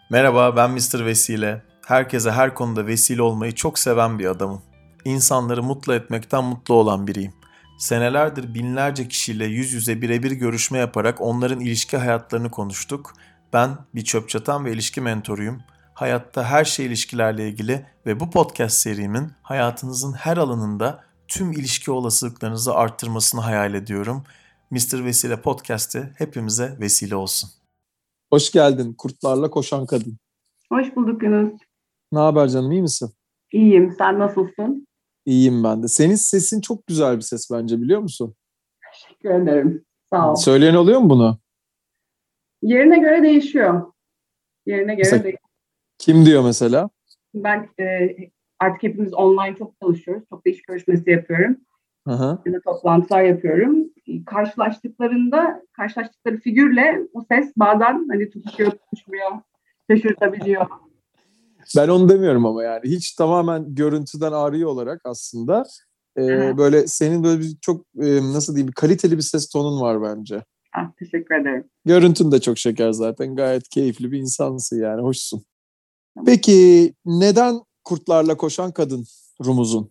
Merhaba, ben Mr. Vesile. Herkese her konuda vesile olmayı çok seven bir adamım. İnsanları mutlu etmekten mutlu olan biriyim. Senelerdir binlerce kişiyle yüz yüze birebir görüşme yaparak onların ilişki hayatlarını konuştuk. Ben bir çöp çatan ve ilişki mentoruyum. Hayatta her şey ilişkilerle ilgili ve bu podcast serimin hayatınızın her alanında tüm ilişki olasılıklarınızı arttırmasını hayal ediyorum. Mr. Vesile Podcast'ı hepimize vesile olsun. Hoş geldin Kurtlarla Koşan Kadın. Hoş bulduk Yunus. Ne haber canım, iyi misin? İyiyim. Sen nasılsın? İyiyim ben de. Senin sesin çok güzel bir ses bence, biliyor musun? Teşekkür ederim. Sağ ol. Söyleyen oluyor mu bunu? Yerine göre değişiyor. Mesela kim diyor mesela? Ben artık hepimiz online çok çalışıyoruz. Çok da iş görüşmesi yapıyorum. Hı. Ya da toplantılar yapıyorum. Karşılaştıkları figürle o ses bazen hani tutuşuyor, tutuşmuyor, şaşırtabiliyor. Ben onu demiyorum ama yani hiç tamamen görüntüden ariye olarak aslında böyle senin böyle bir çok nasıl diyeyim, kaliteli bir ses tonun var bence. Teşekkür ederim. Görüntün de çok şeker zaten. Gayet keyifli bir insansın yani, hoşsun. Peki neden Kurtlarla Koşan Kadın rumuzun?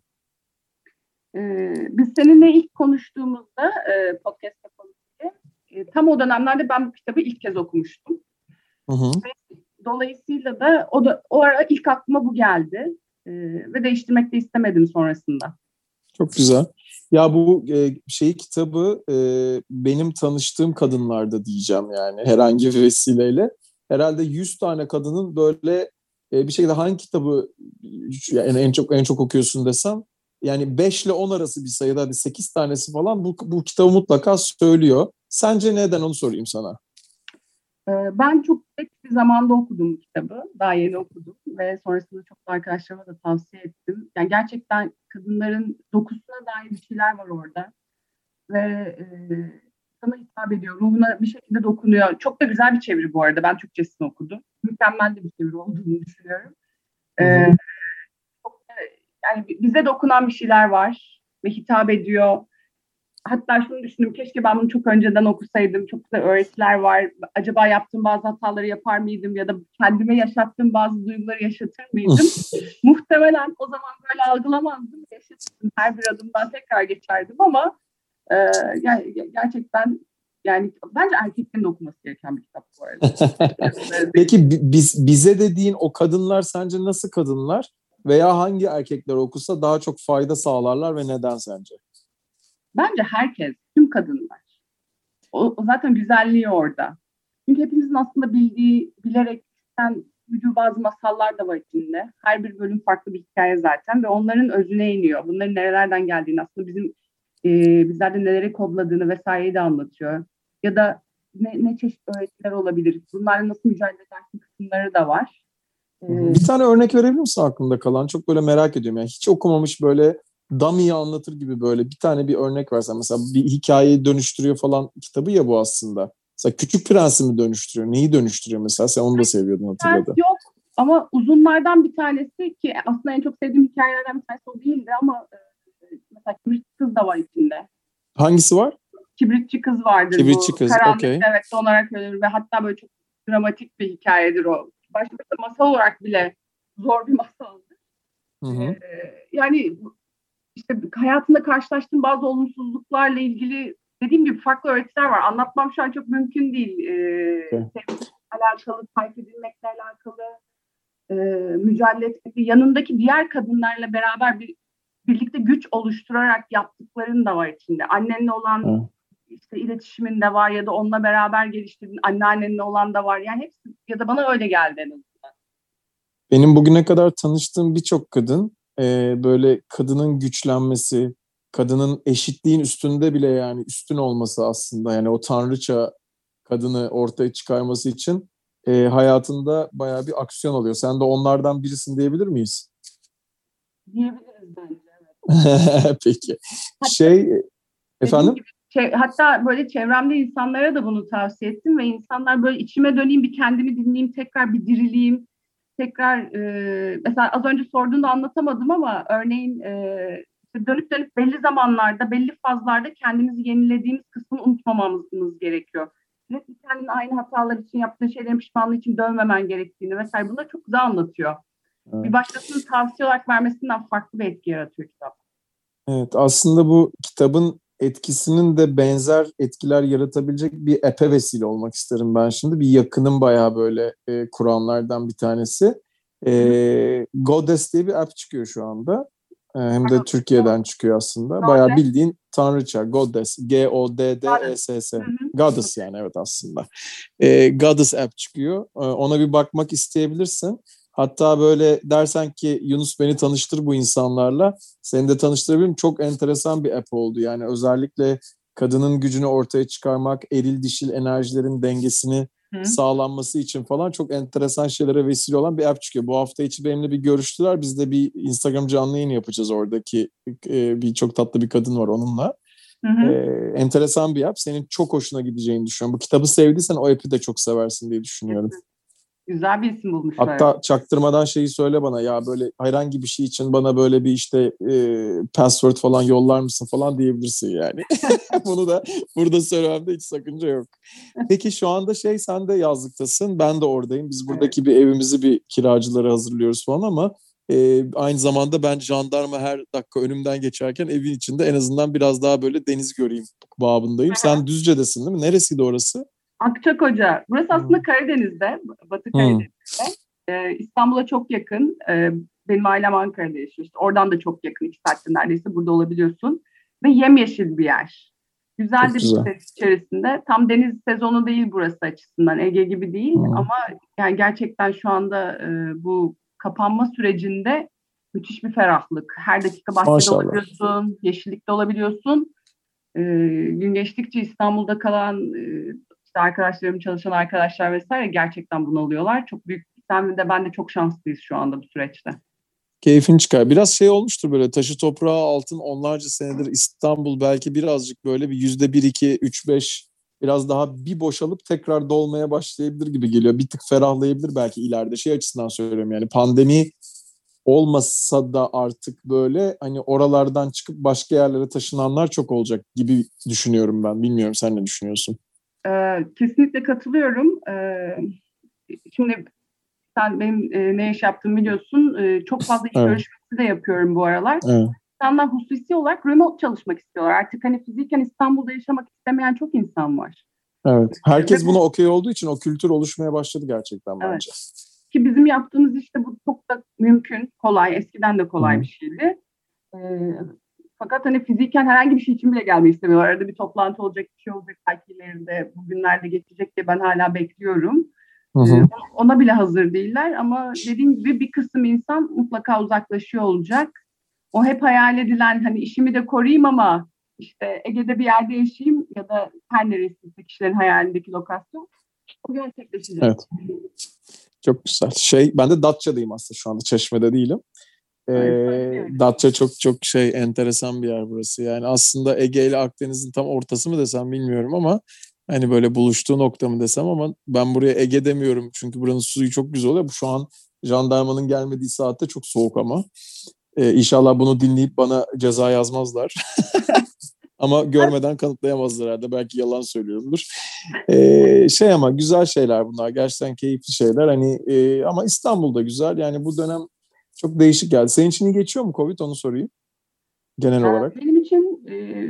Biz seninle ilk konuştuğumuzda podcast'ta konuşurken tam o dönemlerde ben bu kitabı ilk kez okumuştum. Hı. Dolayısıyla da o ara ilk aklıma bu geldi ve değiştirmek de istemedim sonrasında. Çok güzel. Ya bu kitabı benim tanıştığım kadınlarda diyeceğim yani herhangi bir vesileyle. Herhalde 100 tane kadının böyle bir şekilde hangi kitabı yani en çok okuyorsun desem, yani 5 ile 10 arası bir sayıda, hadi 8 tanesi falan bu kitabı mutlaka söylüyor. Sence neden, onu sorayım sana. Ben çok geç bir zamanda okudum bu kitabı. Daha yeni okudum ve sonrasında çok da arkadaşlarıma da tavsiye ettim. Yani gerçekten kadınların dokusuna dair bir şeyler var orada. Ve sana hitap ediyor. Ruhuna bir şekilde dokunuyor. Çok da güzel bir çeviri bu arada. Ben Türkçesini okudum. Mükemmel de bir çeviri olduğunu düşünüyorum. Yani bize dokunan bir şeyler var ve hitap ediyor. Hatta şunu düşündüm, keşke ben bunu çok önceden okusaydım. Çok güzel öğretiler var. Acaba yaptığım bazı hataları yapar mıydım ya da kendime yaşattığım bazı duyguları yaşatır mıydım? Muhtemelen o zaman böyle algılamazdım. Yaşatırdım. Her bir adımdan tekrar geçerdim ama gerçekten yani bence erkeklerin de okuması gereken bir kitap bu arada. Peki bize dediğin o kadınlar sence nasıl kadınlar? Veya hangi erkekler okusa daha çok fayda sağlarlar ve neden sence? Bence herkes, tüm kadınlar. O zaten güzelliği orada. Çünkü hepimizin aslında bilerekten duyduğu bazı masallar da var içinde. Her bir bölüm farklı bir hikaye zaten ve onların özüne iniyor. Bunların nerelerden geldiğini, aslında bizlerde neleri kodladığını vesaireyi de anlatıyor. Ya da ne çeşit öğretiler olabilir. Bunlarla nasıl mücadele edersin kısımları da var. Bir tane örnek verebilir misin aklında kalan? Çok böyle merak ediyorum. Yani hiç okumamış, böyle dummy'yi anlatır gibi böyle bir örnek versen. Mesela bir hikayeyi dönüştürüyor falan kitabı ya bu aslında. Mesela Küçük Prens'i mi dönüştürüyor? Neyi dönüştürüyor mesela? Sen onu da seviyordun, hatırladım. Yok ama uzunlardan bir tanesi, ki aslında en çok sevdiğim hikayelerden bir tanesi o değildi ama mesela Kibritçi Kız da var içinde. Hangisi var? Kibritçi Kız vardır. Kibritçi bu. Kız, Karanlıkta okey. evet donarak ölür ve hatta böyle çok dramatik bir hikayedir o. Başta masal olarak bile zor bir masaldır. Yani işte hayatında karşılaştığın bazı olumsuzluklarla ilgili dediğim gibi farklı öğretiler var. Anlatmam şu an çok mümkün değil. Sevgiyle alakalı, terk edilmekle alakalı, mücadele etmekle, yanındaki diğer kadınlarla beraber birlikte güç oluşturarak yaptıkların da var içinde. Annenle olan işte iletişimin de var ya da onunla beraber geliştirdiğin anneannenle olan da var. Yani hepsi, ya da bana öyle geldi en azından. Benim bugüne kadar tanıştığım birçok kadın böyle kadının güçlenmesi, kadının eşitliğin üstünde bile, yani üstün olması aslında, yani o tanrıça kadını ortaya çıkarması için hayatında bayağı bir aksiyon alıyor. Sen de onlardan birisin diyebilir miyiz? Diyebiliriz bence, evet. Peki. Efendim? Hatta böyle çevremde insanlara da bunu tavsiye ettim ve insanlar böyle içime döneyim, bir kendimi dinleyeyim, tekrar bir dirileyim. Tekrar mesela az önce sorduğunda anlatamadım ama örneğin dönüp belli zamanlarda, belli fazlarda kendimizi yenilediğimiz kısmını unutmamamız gerekiyor. sürekli kendini aynı hatalar için, yaptığın şeylerin pişmanlığı için dövmemen gerektiğini vesaire, bunları çok güzel anlatıyor. Evet. Bir başkasının tavsiye olarak vermesinden farklı bir etki yaratıyor kitap. Evet, aslında bu kitabın etkisinin de benzer etkiler yaratabilecek bir app'e vesile olmak isterim ben şimdi. Bir yakınım bayağı böyle kuranlardan bir tanesi. Goddess diye bir app çıkıyor şu anda. Hem de Türkiye'den çıkıyor aslında. Bayağı bildiğin tanrıça, Goddess. Goddess. Goddess yani, evet aslında. Goddess app çıkıyor. Ona bir bakmak isteyebilirsin. Hatta böyle dersen ki Yunus beni tanıştır bu insanlarla, seni de tanıştırabilirim. Çok enteresan bir app oldu. Yani özellikle kadının gücünü ortaya çıkarmak, eril dişil enerjilerin dengesini sağlanması için falan çok enteresan şeylere vesile olan bir app çıkıyor. Bu hafta içi benimle bir görüştüler. Biz de bir Instagram canlı yayını yapacağız oradaki. Bir çok tatlı bir kadın var onunla. Enteresan bir app. Senin çok hoşuna gideceğini düşünüyorum. Bu kitabı sevdiysen o app'i de çok seversin diye düşünüyorum. Güzel bir isim bulmuşlar. Hatta çaktırmadan şeyi söyle bana, ya böyle herhangi bir şey için bana böyle bir işte password falan yollar mısın falan diyebilirsin yani. Bunu da burada söylememde hiç sakınca yok. Peki şu anda sen de yazlıktasın, ben de oradayım. Biz buradaki bir evimizi bir kiracılara hazırlıyoruz falan ama aynı zamanda ben jandarma her dakika önümden geçerken evin içinde en azından biraz daha böyle deniz göreyim babındayım. Sen Düzce'desin değil mi? Neresiydi orası? Akçakoca. Burası aslında Karadeniz'de, Batı Karadeniz'de. İstanbul'a çok yakın. Benim ailem Ankara'da yaşıyor. İşte oradan da çok yakın. 2 saatte neredeyse burada olabiliyorsun. Ve yemyeşil bir yer. Güzel de bir ses içerisinde. Tam deniz sezonu değil burası açısından. Ege gibi değil. Ama yani gerçekten şu anda bu kapanma sürecinde müthiş bir ferahlık. Her dakika bahçede olabiliyorsun. Yeşillikte olabiliyorsun. Gün geçtikçe İstanbul'da kalan işte arkadaşlarım, çalışan arkadaşlar vesaire gerçekten bunalıyorlar. Çok büyük, sen de ben de çok şanslıyız şu anda bu süreçte. Keyfin çıkar. Biraz olmuştur böyle, taşı toprağı altın onlarca senedir İstanbul belki birazcık böyle bir %1, 2, 3, 5 biraz daha bir boşalıp tekrar dolmaya başlayabilir gibi geliyor. Bir tık ferahlayabilir belki ileride. Açısından söylüyorum yani, pandemi olmasa da artık böyle hani oralardan çıkıp başka yerlere taşınanlar çok olacak gibi düşünüyorum ben. Bilmiyorum, sen ne düşünüyorsun? Kesinlikle katılıyorum. Şimdi sen benim ne iş yaptığımı biliyorsun. Çok fazla iş görüşmesi de yapıyorum bu aralar. Evet. İnsanlar hususi olarak remote çalışmak istiyorlar. Artık hani fiziken İstanbul'da yaşamak istemeyen çok insan var. Evet. Herkes buna okey olduğu için o kültür oluşmaya başladı gerçekten bence. Ki bizim yaptığımız işte bu çok da mümkün, kolay. Eskiden de kolay bir şeydi. Fakat hani fiziken herhangi bir şey için bile gelmeyi istemiyorlar. Arada bir toplantı olacak, bir şey olacak belki ileride, bugünlerde geçecek diye ben hala bekliyorum. Ona bile hazır değiller ama dediğim gibi bir kısım insan mutlaka uzaklaşıyor olacak. O hep hayal edilen hani işimi de koruyayım ama işte Ege'de bir yerde yaşayayım ya da her neresindeki kişilerin hayalindeki lokasyon, o gerçekleşecek. Evet. Çok güzel. Ben de Datça'dayım aslında şu anda. Çeşme'de değilim. Datça çok enteresan bir yer burası. Yani aslında Ege ile Akdeniz'in tam ortası mı desem bilmiyorum ama hani böyle buluştuğu nokta mı desem, ama ben buraya Ege demiyorum çünkü buranın suyu çok güzel oluyor. Bu şu an jandarmanın gelmediği saatte çok soğuk ama İnşallah bunu dinleyip bana ceza yazmazlar. Ama görmeden kanıtlayamazlar herhalde. Belki yalan söylüyorumdur. Ama güzel şeyler bunlar. Gerçekten keyifli şeyler. Hani ama İstanbul'da güzel. Yani bu dönem çok değişik geldi. Senin için iyi geçiyor mu Covid? Onu sorayım. Genel olarak. Benim için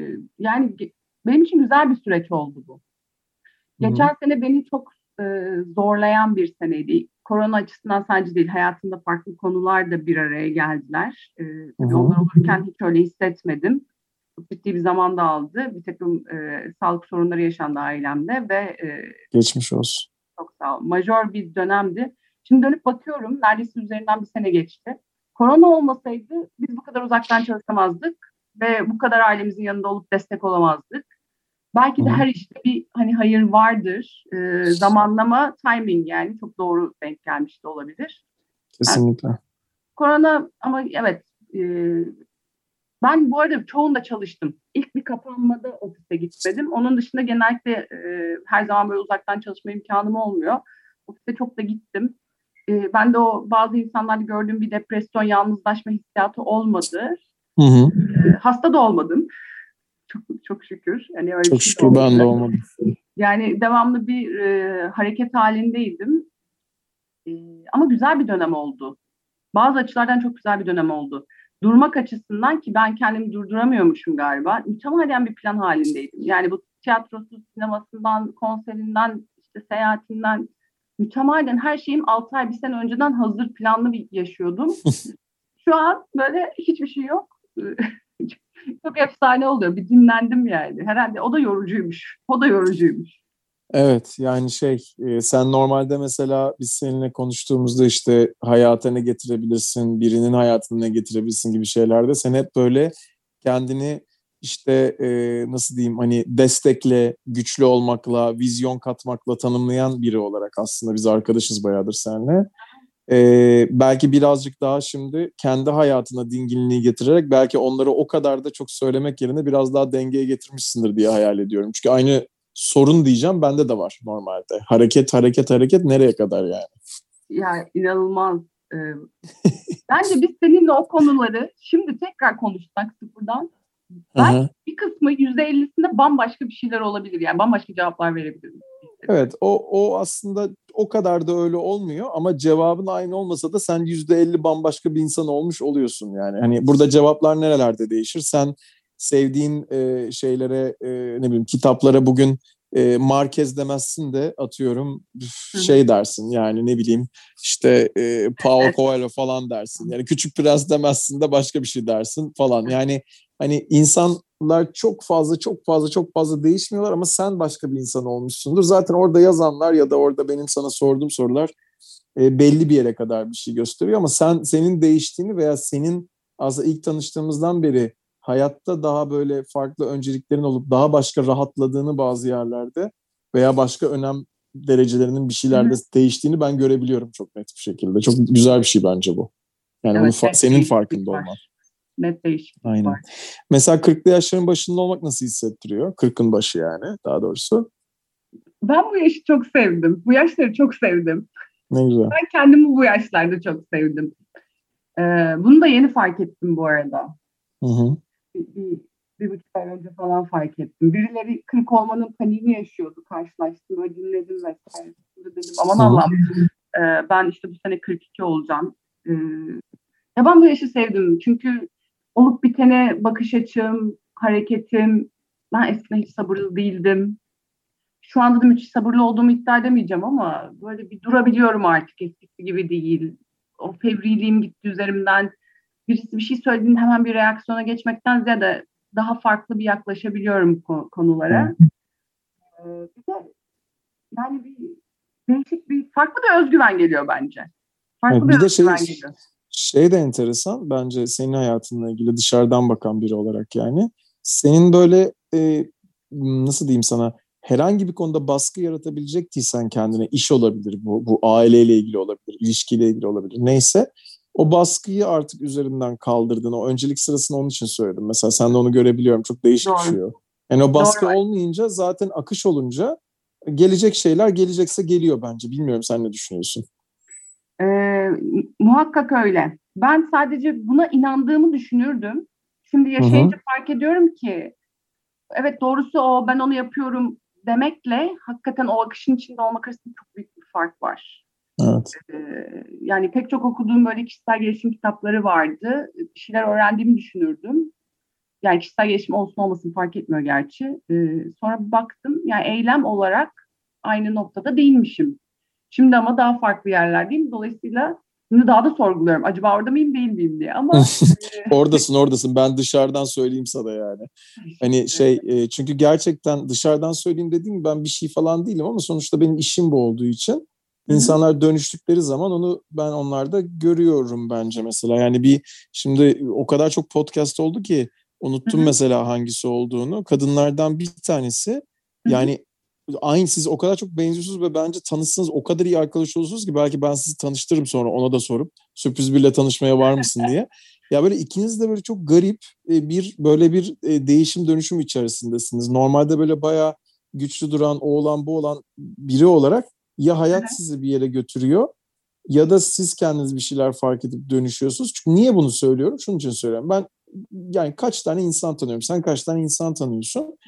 benim için güzel bir süreç oldu bu. Geçen sene beni çok zorlayan bir seneydi. Korona açısından sadece değil, hayatımda farklı konular da bir araya geldiler. Tabii onlar olurken hiç öyle hissetmedim. Çok ciddi bir zaman da aldı. Bir takım sağlık sorunları yaşandı ailemde ve geçmiş olsun. Çok sağ ol. Majör bir dönemdi. Şimdi dönüp bakıyorum, neredeyse üzerinden bir sene geçti. Korona olmasaydı biz bu kadar uzaktan çalışamazdık ve bu kadar ailemizin yanında olup destek olamazdık. Belki de her işte bir hani hayır vardır. Zamanlama, timing yani çok doğru denk gelmiş de olabilir. Kesinlikle. Yani, korona ama evet ben bu arada çoğunda çalıştım. İlk bir kapanmada ofise gitmedim. Onun dışında genellikle her zaman böyle uzaktan çalışma imkanım olmuyor. Ofise çok da gittim. Ben de o bazı insanlarda gördüğüm bir depresyon, yalnızlaşma hissiyatı olmadı. Hasta da olmadım. Çok şükür. Yani öyle çok şükür ben de olmadım. Yani devamlı bir hareket halindeydim. Ama güzel bir dönem oldu. Bazı açılardan çok güzel bir dönem oldu. Durmak açısından ki ben kendimi durduramıyormuşum galiba. Mütemadiyen bir plan halindeydim. Yani bu tiyatrosu, sinemasından, konserinden, işte seyahatinden mütemadiyen her şeyim 6 ay, bir sene önceden hazır planlı bir yaşıyordum. Şu an böyle hiçbir şey yok. Çok efsane oluyor. Bir dinlendim yani. Herhalde o da yorucuymuş. O da yorucuymuş. Evet, yani sen normalde mesela biz seninle konuştuğumuzda işte hayata ne getirebilirsin, birinin hayatına ne getirebilirsin gibi şeylerde sen hep böyle kendini işte nasıl diyeyim, hani destekle, güçlü olmakla, vizyon katmakla tanımlayan biri olarak aslında biz arkadaşız bayağıdır seninle. Belki birazcık daha şimdi kendi hayatına dinginliği getirerek belki onları o kadar da çok söylemek yerine biraz daha dengeye getirmişsindir diye hayal ediyorum. Çünkü aynı sorun diyeceğim bende de var normalde. Hareket, hareket, hareket nereye kadar yani? Ya inanılmaz. Bence biz seninle o konuları şimdi tekrar konuşsak sıfırdan. Ben bir kısmı %50'sinde bambaşka bir şeyler olabilir. Yani bambaşka cevaplar verebilirim. Evet, o aslında o kadar da öyle olmuyor ama cevabın aynı olmasa da sen %50 bambaşka bir insan olmuş oluyorsun yani. Hani burada cevaplar nerelerde değişir? Sen sevdiğin şeylere, ne bileyim, kitaplara bugün Marquez demezsin de atıyorum şey dersin yani, ne bileyim işte Paulo Coelho falan dersin. Yani Küçük Prens demezsin de başka bir şey dersin falan. Yani hani insanlar çok fazla değişmiyorlar ama sen başka bir insan olmuşsundur. Zaten orada yazanlar ya da orada benim sana sorduğum sorular belli bir yere kadar bir şey gösteriyor ama senin değiştiğini veya senin aslında ilk tanıştığımızdan beri hayatta daha böyle farklı önceliklerin olup daha başka rahatladığını bazı yerlerde veya başka önem derecelerinin bir şeylerde değiştiğini ben görebiliyorum çok net bir şekilde. Çok güzel bir şey bence bu. Yani evet, bunu senin farkında olman. Net değişiklik Aynen. var. Mesela 40'lı yaşların başında olmak nasıl hissettiriyor? 40'ın başı yani daha doğrusu. Ben bu yaşı çok sevdim. Bu yaşları çok sevdim. Ne güzel. Ben kendimi bu yaşlarda çok sevdim. Bunu da yeni fark ettim bu arada. Hı hı. Bir buçuk ay önce falan fark ettim. Birileri 40 olmanın paniğini yaşıyordu. Karşılaştım, böyle dinledim vesaire. Dedim aman Allah'ım, ben işte bu sene 42 olacağım. Ya ben bu yaşı sevdim. Çünkü olup bitene bakış açım, hareketim. Ben eskiden hiç sabırlı değildim. Şu anda da müthiş sabırlı olduğumu iddia edemeyeceğim ama böyle bir durabiliyorum artık, eskisi gibi değil. O fevriliğim gitti üzerimden. Birisi bir şey söylediğinde hemen bir reaksiyona geçmekten ziyade daha farklı bir yaklaşabiliyorum konulara. Bir de yani bir değişik bir farklı bir özgüven geliyor bence. Farklı bir bir de özgüven geliyor. Şey de enteresan bence senin hayatınla ilgili dışarıdan bakan biri olarak yani. Senin böyle nasıl diyeyim sana, herhangi bir konuda baskı yaratabilecek değilsen kendine, iş olabilir, bu aileyle ilgili olabilir, ilişkiyle ilgili olabilir, neyse, o baskıyı artık üzerinden kaldırdın. O öncelik sırasını onun için söyledim. Mesela sen de onu görebiliyorum. Çok değişik bir şey o. Yani o baskı olmayınca, zaten akış olunca gelecek şeyler gelecekse geliyor bence. Bilmiyorum, sen ne düşünüyorsun? Muhakkak öyle. Ben sadece buna inandığımı düşünürdüm. Şimdi yaşayınca fark ediyorum ki evet, doğrusu o, ben onu yapıyorum demekle hakikaten o akışın içinde olmak arasında çok büyük bir fark var. Evet. Yani pek çok okuduğum böyle kişisel gelişim kitapları vardı. Bir şeyler öğrendiğimi düşünürdüm. Yani kişisel gelişim olsun olmasın fark etmiyor gerçi. Sonra baktım yani eylem olarak aynı noktada değilmişim. Şimdi ama daha farklı yerlerdeyim. Dolayısıyla şimdi daha da sorguluyorum. Acaba orada mıyım değil miyim diye. Ama oradasın. Ben dışarıdan söyleyeyim sana yani. Hani çünkü gerçekten dışarıdan söyleyeyim dediğim gibi ben bir şey falan değilim ama sonuçta benim işim bu olduğu için insanlar dönüştükleri zaman onu ben onlarda görüyorum bence mesela. Yani şimdi o kadar çok podcast oldu ki unuttum mesela hangisi olduğunu. Kadınlardan bir tanesi yani aynı, siz o kadar çok benziyorsunuz ve bence tanışsınız, o kadar iyi arkadaş olursunuz ki belki ben sizi tanıştırırım sonra, ona da sorup sürpriz biriyle tanışmaya var mısın diye. Ya böyle ikiniz de böyle çok garip bir değişim dönüşüm içerisindesiniz. Normalde böyle bayağı güçlü duran, o olan bu olan biri olarak ya hayat sizi bir yere götürüyor ya da siz kendiniz bir şeyler fark edip dönüşüyorsunuz. Çünkü niye bunu söylüyorum? Şunun için söylüyorum. Ben yani kaç tane insan tanıyorum? Sen kaç tane insan tanıyorsun?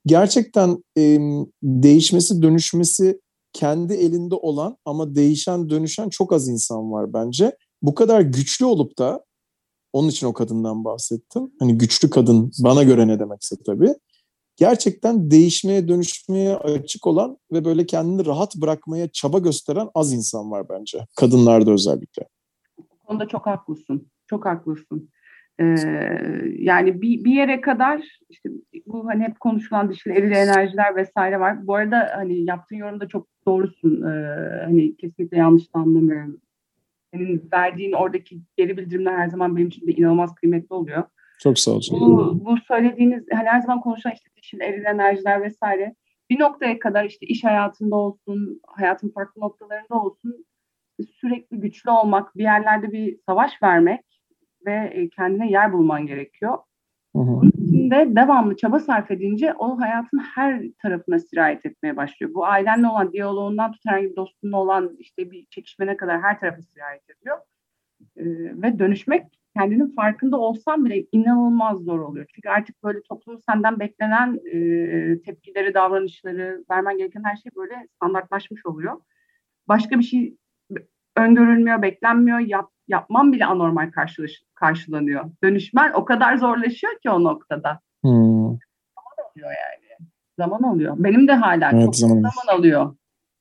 gerçekten değişmesi, dönüşmesi kendi elinde olan ama değişen, dönüşen çok az insan var bence. Bu kadar güçlü olup da, onun için o kadından bahsettim. Hani güçlü kadın bana göre ne demekse tabii. Gerçekten değişmeye, dönüşmeye açık olan ve böyle kendini rahat bırakmaya çaba gösteren az insan var bence. Kadınlarda özellikle. Bu konuda çok haklısın. Çok haklısın. Ee, Yani bir yere kadar işte bu hani hep konuşulan dişil eril enerjiler vesaire var. Bu arada hani yaptığın yorumda çok doğrusun. Hani kesinlikle yanlış da anlamıyorum. Senin verdiğin oradaki geri bildirimler her zaman benim için de inanılmaz kıymetli oluyor. Çok sağ ol canım. Bu söylediğiniz hani her zaman konuşulan işte dişil eril enerjiler vesaire bir noktaya kadar işte iş hayatında olsun, hayatın farklı noktalarında olsun sürekli güçlü olmak, bir yerlerde bir savaş vermek ve kendine yer bulman gerekiyor. Hı hı. Bunun için de devamlı çaba sarf edince o hayatın her tarafına sirayet etmeye başlıyor. Bu ailenle olan diyaloğundan tut herhangi bir dostunla olan işte bir çekişmene kadar her tarafa sirayet ediyor. Ve dönüşmek kendinin farkında olsan bile inanılmaz zor oluyor. Çünkü artık böyle toplumun senden beklenen tepkileri, davranışları, vermen gereken her şey böyle standartlaşmış oluyor. Başka bir şey öngörülmüyor, beklenmiyor. Yapmam bile anormal karşılanıyor. Dönüşmen o kadar zorlaşıyor ki o noktada. Hmm. Zaman alıyor yani. Zaman alıyor. Benim de hala Evet, çok zaman alıyor.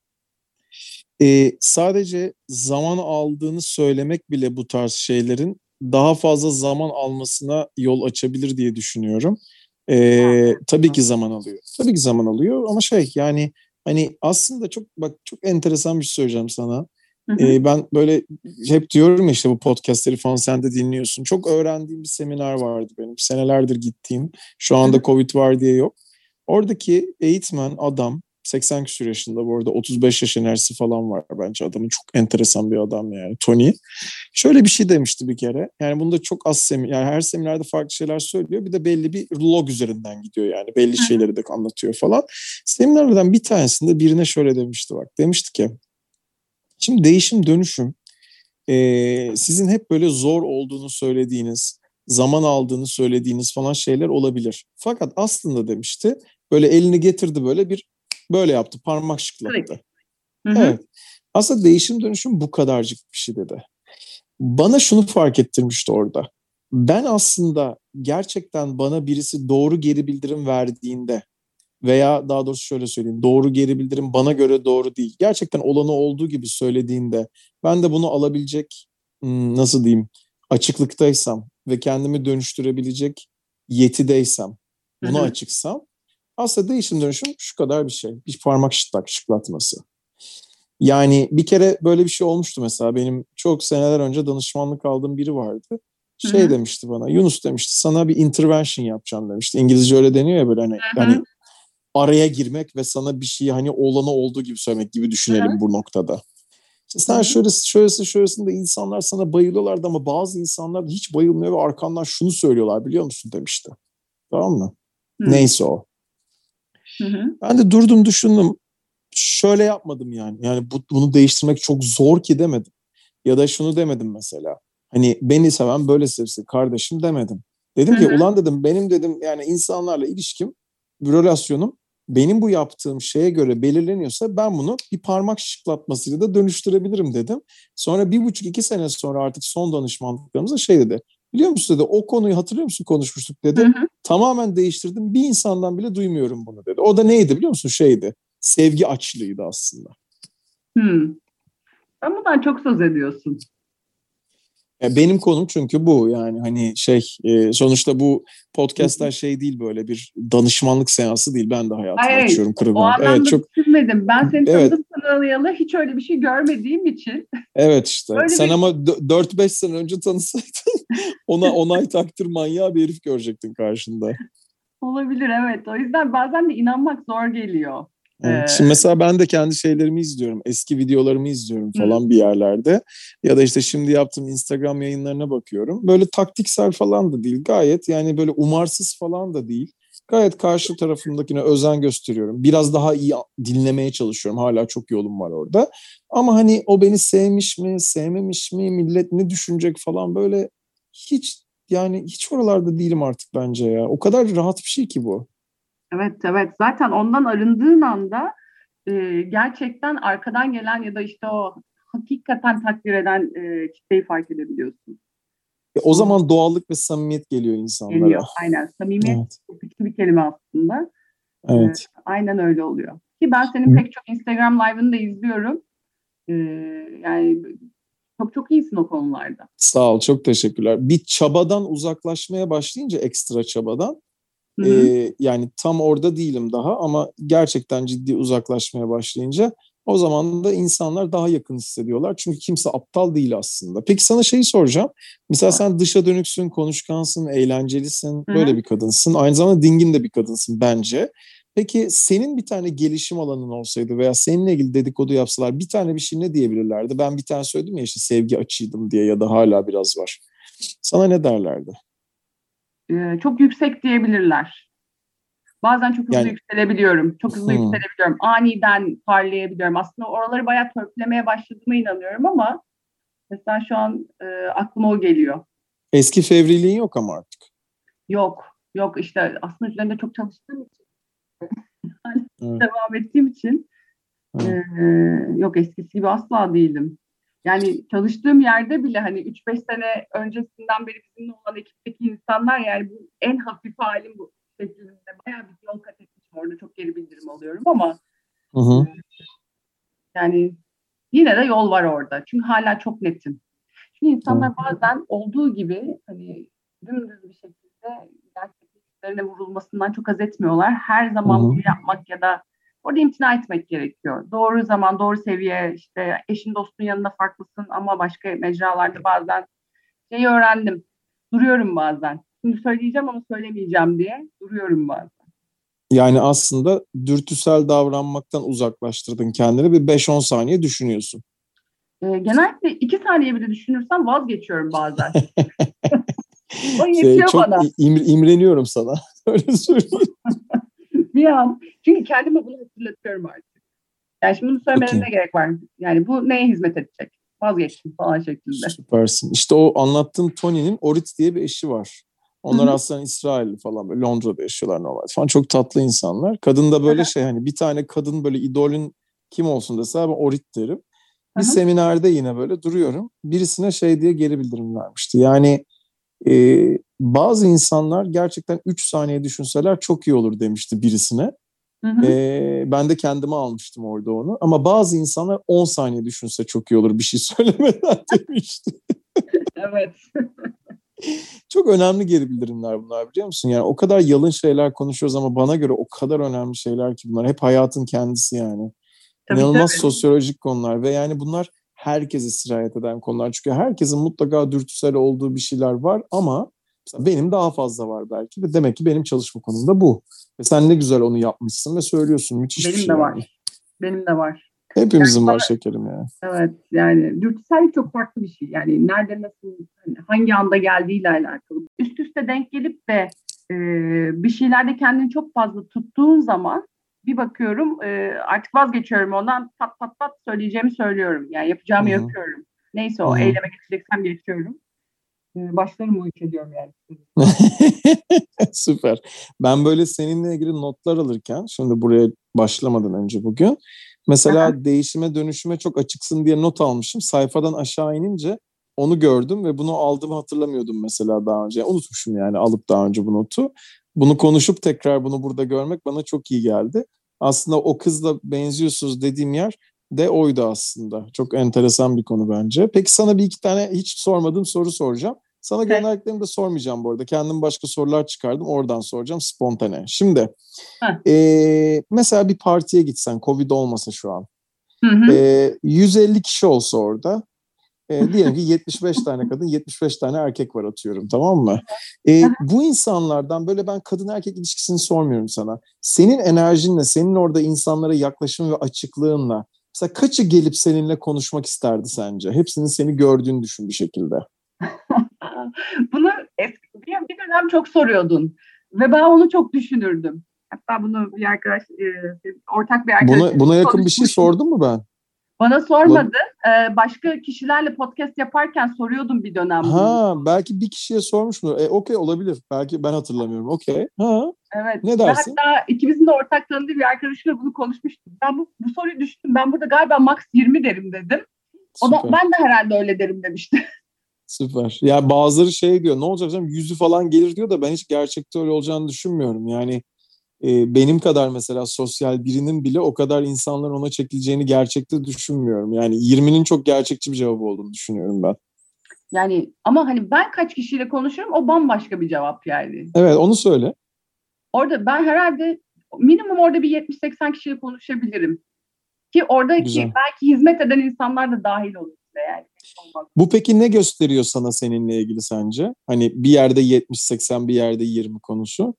Sadece zaman aldığını söylemek bile bu tarz şeylerin daha fazla zaman almasına yol açabilir diye düşünüyorum. Tabii ki zaman alıyor. Tabii ki zaman alıyor ama yani hani aslında çok enteresan bir şey söyleyeceğim sana. Hı hı. Ben böyle hep diyorum ya, işte bu podcastleri falan sen de dinliyorsun. Çok öğrendiğim bir seminer vardı benim. Senelerdir gittiğim. Şu Hı anda hı. Covid var diye yok. Oradaki eğitmen adam 80 küsur yaşında, bu arada 35 yaş enerjisi falan var bence adamın. Çok enteresan bir adam yani, Tony. Şöyle bir şey demişti bir kere. Yani bunda çok az yani her seminerde farklı şeyler söylüyor. Bir de belli bir log üzerinden gidiyor yani. Belli Hı hı. şeyleri de anlatıyor falan. Seminerlerden bir tanesinde birine şöyle demişti bak. Demişti ki şimdi değişim dönüşüm sizin hep böyle zor olduğunu söylediğiniz, zaman aldığını söylediğiniz falan şeyler olabilir. Fakat aslında demişti, böyle elini getirdi, böyle yaptı, parmak şıklattı. Hı hı. Evet. Aslında değişim dönüşüm bu kadarcık bir şey dedi. Bana şunu fark ettirmişti orada. Ben aslında gerçekten bana birisi doğru geri bildirim verdiğinde, veya daha doğrusu şöyle söyleyeyim, doğru geri bildirim bana göre doğru değil, gerçekten olanı olduğu gibi söylediğinde ben de bunu alabilecek, nasıl diyeyim, açıklıktaysam ve kendimi dönüştürebilecek yetideysem, Hı buna hı. açıksam, aslında değişim dönüşüm şu kadar bir şey. Bir parmak şıklatması. Yani bir kere böyle bir şey olmuştu mesela. Benim çok seneler önce danışmanlık aldığım biri vardı. Hı hı. Demişti bana, Yunus demişti, sana bir intervention yapacağım demişti. İngilizce öyle deniyor ya, böyle Hı hani hı. araya girmek ve sana bir şeyi hani olanı olduğu gibi söylemek gibi Hı hı. düşünelim bu noktada. İşte Hı sen hı. şöylesin de insanlar sana bayılıyorlardı ama bazı insanlar hiç bayılmıyor ve arkandan şunu söylüyorlar, biliyor musun demişti. Tamam mı? Hı Neyse o. hı. Ben de durdum düşündüm. Şöyle yapmadım yani. Yani bunu değiştirmek çok zor ki demedim. Ya da şunu demedim mesela. Hani beni seven böyle sevsin kardeşim demedim. Hı Dedim ki hı. ulan dedim, benim dedim yani insanlarla ilişkim, bir relasyonum benim bu yaptığım şeye göre belirleniyorsa ben bunu bir parmak şıklatmasıyla da dönüştürebilirim dedim. Sonra 1,5-2 sene sonra artık son danışmanlıklarımızda dedi. Biliyor musun dedi, o konuyu hatırlıyor musun konuşmuştuk Hı dedi. hı. Tamamen değiştirdim, bir insandan bile duymuyorum bunu dedi. O da neydi biliyor musun, sevgi açlığıydı aslında. Hı. Sen bundan çok söz ediyorsun. Benim konum çünkü bu yani, hani sonuçta bu Hı hı. podcastler değil, böyle bir danışmanlık seansı değil. Ben de hayatımı Hayır, açıyorum, o kırılgan. Evet, anlamda çok düşünmedim. Ben seni evet, tanıyalı hiç öyle bir şey görmediğim için evet işte. böyle Sen bir ama 4-5 sene önce tanısaydın ona onay takdir manyağı bir herif görecektin karşında. olabilir, evet. O yüzden bazen de inanmak zor geliyor. Evet. Şimdi mesela ben de kendi şeylerimi izliyorum. Eski videolarımı izliyorum Hı falan bir yerlerde. Ya da işte şimdi yaptığım Instagram yayınlarına bakıyorum. Böyle taktiksel falan da değil. Gayet yani böyle umarsız falan da değil. Gayet karşı tarafındakine özen gösteriyorum. Biraz daha iyi dinlemeye çalışıyorum. Hala çok yolum var orada. Ama hani o beni sevmiş mi, sevmemiş mi, millet ne düşünecek falan, böyle hiç, yani hiç oralarda değilim artık bence ya. O kadar rahat bir şey ki bu. Evet, evet. Zaten ondan arındığın anda gerçekten arkadan gelen ya da işte o hakikaten takdir eden kitleyi fark edebiliyorsun. O O zaman doğallık ve samimiyet geliyor insanlara. geliyor. Aynen. Samimiyet Evet, çok güçlü bir kelime aslında. E, evet. aynen öyle oluyor. Ki ben senin pek çok Instagram live'ını da izliyorum. E, yani çok çok iyisin o konularda. Sağ ol, çok teşekkürler. Bir çabadan uzaklaşmaya başlayınca, ekstra çabadan, Hı hı. yani tam orada değilim daha ama gerçekten ciddi uzaklaşmaya başlayınca o zaman da insanlar daha yakın hissediyorlar. Çünkü kimse aptal değil aslında. Peki sana şeyi soracağım. Mesela sen dışa dönüksün, konuşkansın, eğlencelisin, Hı böyle hı. bir kadınsın. Aynı zamanda dingin de bir kadınsın bence. Peki senin bir tane gelişim alanın olsaydı veya seninle ilgili dedikodu yapsalar bir tane bir şey ne diyebilirlerdi? Ben bir tane söyledim ya işte sevgi açıydım diye ya da hala biraz var. Sana ne derlerdi? Çok yüksek diyebilirler. Bazen çok hızlı Yani yükselebiliyorum. Çok hızlı hmm, yükselebiliyorum. Aniden parlayabiliyorum. Aslında oraları bayağı törpülemeye başladığıma inanıyorum ama mesela şu an aklıma o geliyor. eski fevriliğin yok ama artık. Yok, yok işte aslında üzerinde çok çalıştığım için, hala Evet, devam ettiğim için e, evet. yok eskisi gibi asla değilim. Yani çalıştığım yerde bile hani 3-5 sene öncesinden beri bizimle olan ekipteki insanlar yani bu en hafif halim bu şeklinde bayağı bir yol kat etmişim. Orada çok geri bildirim alıyorum ama Hı e, hı. yani yine de yol var orada. Çünkü hala çok netim. Çünkü Tamam. insanlar bazen olduğu gibi hani dümdüz bir şekilde gerçekliklerine vurulmasından çok haz etmiyorlar. Her Hı zaman hı. bunu yapmak ya da orada imtina etmek gerekiyor. Doğru zaman, doğru seviye, işte eşin dostun yanında farklısın ama başka mecralarda bazen şeyi öğrendim. Duruyorum bazen. Şimdi söyleyeceğim ama söylemeyeceğim diye duruyorum bazen. Yani aslında dürtüsel davranmaktan uzaklaştırdın kendini. Bir 5-10 saniye düşünüyorsun. Genellikle 2 saniye bile düşünürsem vazgeçiyorum bazen. O yetiyor Çok bana. imreniyorum sana. Öyle söyleyeyim. Bir an. Çünkü kendime bunu hatırlatıyorum artık. Yani şimdi bunu Çok söylememe iyi. ne gerek var? Yani bu neye hizmet edecek? Vazgeçtim falan şeklinde. Süpersin. İşte o anlattığım Tony'nin Orit diye bir eşi var. Hı Onlar hı. aslında İsrailli falan, böyle Londra'da yaşıyorlar normalde falan. Çok tatlı insanlar. Kadın da böyle şey, hani bir tane kadın böyle idolün kim olsun dese ben Orit derim. Hı Bir hı. seminerde yine böyle duruyorum. Birisine şey diye geri bildirim vermişti. Yani bazı insanlar gerçekten 3 saniye düşünseler çok iyi olur demişti birisine. Hı hı. Ben de kendime almıştım orada onu. Ama bazı insanlar 10 saniye düşünse çok iyi olur bir şey söylemeden demişti. Evet. Çok önemli geri bildirimler bunlar, biliyor musun? Yani o kadar yalın şeyler konuşuyoruz ama bana göre o kadar önemli şeyler ki bunlar. Hep hayatın kendisi yani. Tabii İnanılmaz tabii. sosyolojik konular ve yani bunlar herkese sirayet eden konular. Çünkü herkesin mutlaka dürtüsel olduğu bir şeyler var ama mesela benim daha fazla var belki ve demek ki benim çalışma konum da bu. Ve sen ne güzel onu yapmışsın ve söylüyorsun. Müthiş bir Benim şey de yani. var. Benim de var. Yani Hepimizin var bana şekerim yani. evet yani dürtüsellik çok farklı bir şey. Yani nerede nasıl hani hangi anda geldiğiyle alakalı. Üst üste denk gelip de e, bir şeylerde kendini çok fazla tuttuğun zaman bir bakıyorum artık vazgeçiyorum ondan pat pat pat söyleyeceğimi söylüyorum. Yani Hı yapacağımı hı. yapıyorum. Neyse Hı o hı. eyleme geçeceksem geçiyorum. Başlarım bu işe diyorum yani. Süper. Ben böyle seninle ilgili notlar alırken, şimdi buraya başlamadan önce bugün, Aha. mesela değişime dönüşüme çok açıksın diye not almışım. Sayfadan aşağı inince onu gördüm ve bunu aldığımı hatırlamıyordum mesela daha önce. Unutmuşum yani alıp daha önce bu notu. Bunu konuşup tekrar bunu burada görmek bana çok iyi geldi. Aslında o kızla benziyorsunuz dediğim yer de oydu aslında. Çok enteresan bir konu bence. Peki sana bir iki tane hiç sormadığım soru soracağım. Sana Okay. gönderdiklerimi de sormayacağım bu arada. Kendim başka sorular çıkardım. Oradan soracağım spontane. Şimdi Ha. mesela bir partiye gitsen, Covid olmasa şu an. Hı hı. 150 kişi olsa orada. Diyelim ki 75 tane kadın, 75 tane erkek var atıyorum, tamam mı? Aha. Bu insanlardan böyle, ben kadın erkek ilişkisini sormuyorum sana. Senin enerjinle, senin orada insanlara yaklaşım ve açıklığınla mesela kaçı gelip seninle konuşmak isterdi sence? Hepsinin seni gördüğünü düşün bir şekilde. Bunu bir dönem çok soruyordun ve ben onu çok düşünürdüm. Hatta bunu bir arkadaş, ortak bir arkadaşımla Buna yakın bir şey konuşmuştuk. sordun mu ben? Bana Olab- sormadı. Başka kişilerle podcast yaparken soruyordum bir dönem bunu. Ha, belki bir kişiye sormuş mu? Okey, olabilir. Belki ben hatırlamıyorum. Okey. Ha. Evet. Ne dersin? Hatta ikimizin de ortak tanıdığı bir arkadaşımla bunu konuşmuştum. Ben bu soruyu düşündüm. Ben burada galiba max 20 derim dedim. O da Süper. ben de herhalde öyle derim demişti. Süper. Ya bazıları şey diyor, ne olacak canım, 100'ü falan gelir diyor da ben hiç gerçekte öyle olacağını düşünmüyorum. Yani benim kadar mesela sosyal birinin bile o kadar insanların ona çekileceğini gerçekte düşünmüyorum. Yani 20'nin çok gerçekçi bir cevabı olduğunu düşünüyorum ben. Yani ama hani ben kaç kişiyle konuşurum, o bambaşka bir cevap yani. Evet, onu söyle. Orada ben herhalde minimum orada bir 70-80 kişiyle konuşabilirim. Ki oradaki Güzel. belki hizmet eden insanlar da dahil olur size yani. Bu peki ne gösteriyor sana seninle ilgili sence? Hani bir yerde 70-80, bir yerde 20 konusu.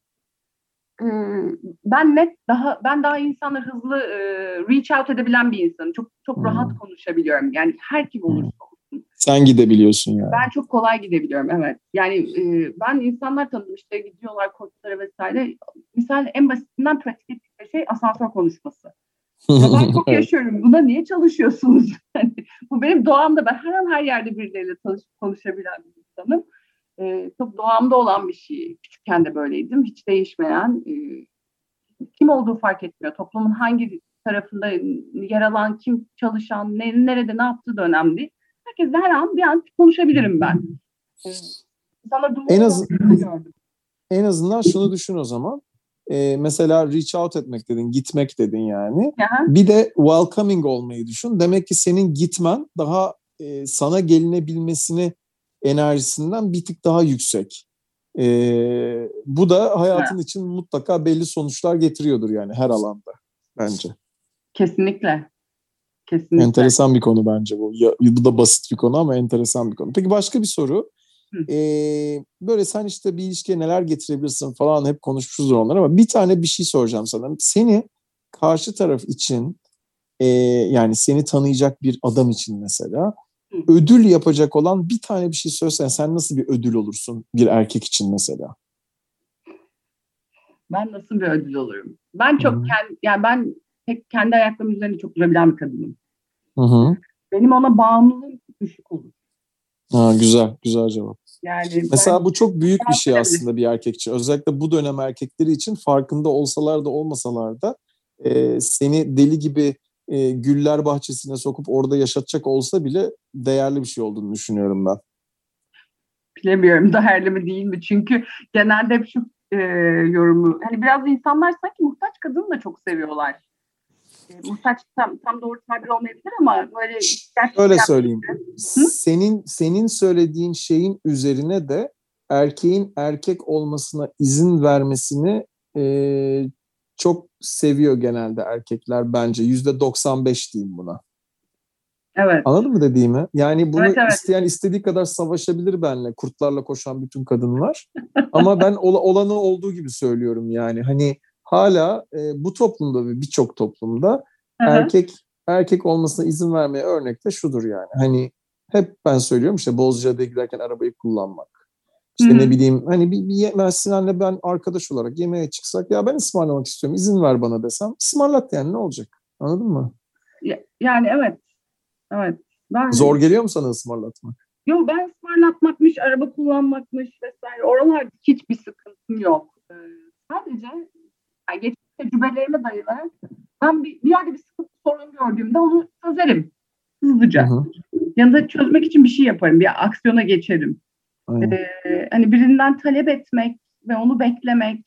Ben daha insanlar hızlı reach out edebilen bir insanım. Çok rahat konuşabiliyorum. Yani her kim olursa olsun. Sen gidebiliyorsun yani. Ben çok kolay gidebiliyorum, evet. Yani ben insanlar tanıdım, işte gidiyorlar koçlara vesaire. Misal en basitinden pratik ettikleri şey asansör konuşması. Ya ben çok yaşıyorum. Buna niye çalışıyorsunuz? Yani, bu benim doğamda. Ben her an her yerde birileriyle konuşabilen bir insanım. Çok doğamda olan bir şey. Küçükken de böyleydim. Hiç değişmeyen. Kim olduğu fark etmiyor. Toplumun hangi tarafında yer alan, kim çalışan, nerede ne yaptığı da önemli. Herkesle her an bir an konuşabilirim ben. İnsanlar en azından şunu düşün o zaman. Mesela reach out etmek dedin, gitmek dedin yani. Aha. Bir de welcoming olmayı düşün. Demek ki senin gitmen daha sana gelinebilmesini enerjisinden bir tık daha yüksek. Bu da hayatın için mutlaka belli sonuçlar getiriyordur yani her alanda bence. Kesinlikle. Enteresan bir konu bence bu. Bu da basit bir konu ama enteresan bir konu. Peki başka bir soru. Böyle sen işte bir ilişkiye neler getirebilirsin falan hep konuşmuşuzdur onları ama bir tane bir şey soracağım sana. Seni karşı taraf için yani seni tanıyacak bir adam için mesela ödül yapacak olan bir tane bir şey söylesen sen nasıl bir ödül olursun bir erkek için mesela? Ben nasıl bir ödül olurum? Ben tek kendi ayaklarımın üzerinde çok durabilen bir kadınım. Hı. Benim ona bağımlılığım düşük olur. Güzel cevap. Yani mesela bu çok büyük bir şey aslında bir erkek için. Özellikle bu dönem erkekleri için farkında olsalar da olmasalar da seni deli gibi güller bahçesine sokup orada yaşatacak olsa bile değerli bir şey olduğunu düşünüyorum ben. Bilemiyorum değerli mi değil mi? Çünkü genelde hep şu yorumu. Hani biraz insanlar sanki muhtaç kadını da çok seviyorlar. Muhtaç tam doğru tabir olmayabilir ama böyle öyle söyleyeyim. Senin söylediğin şeyin üzerine de erkeğin erkek olmasına izin vermesini çok seviyor genelde erkekler bence. %95 diyeyim buna. Evet. Anladın mı dediğimi? Yani bunu evet. isteyen istediği kadar savaşabilir benimle. Kurtlarla koşan bütün kadınlar. Ama ben olanı olduğu gibi söylüyorum yani. Hani hala bu toplumda ve birçok toplumda erkek olmasına izin vermeye örnek de şudur yani. Hani hep ben söylüyorum işte Bozcaada'ya giderken arabayı kullanmak. İşte ne bileyim hani bir Sinan'la ben arkadaş olarak yemeğe çıksak ya ben ısmarlamak istiyorum izin ver bana desem ısmarlat yani ne olacak? Anladın mı? Yani evet. Evet. Zor geliyor mu sana ısmarlatmak? Yok, ben ısmarlatmakmış, araba kullanmakmış vesaire. Oralarda hiçbir sıkıntım yok. Sadece yani geçmiş tecrübelerime dayalı ben bir yerde bir sıkıntı sorun gördüğümde onu çözerim hızlıca. Yanında çözmek için bir şey yaparım, bir aksiyona geçerim. Hani birinden talep etmek ve onu beklemek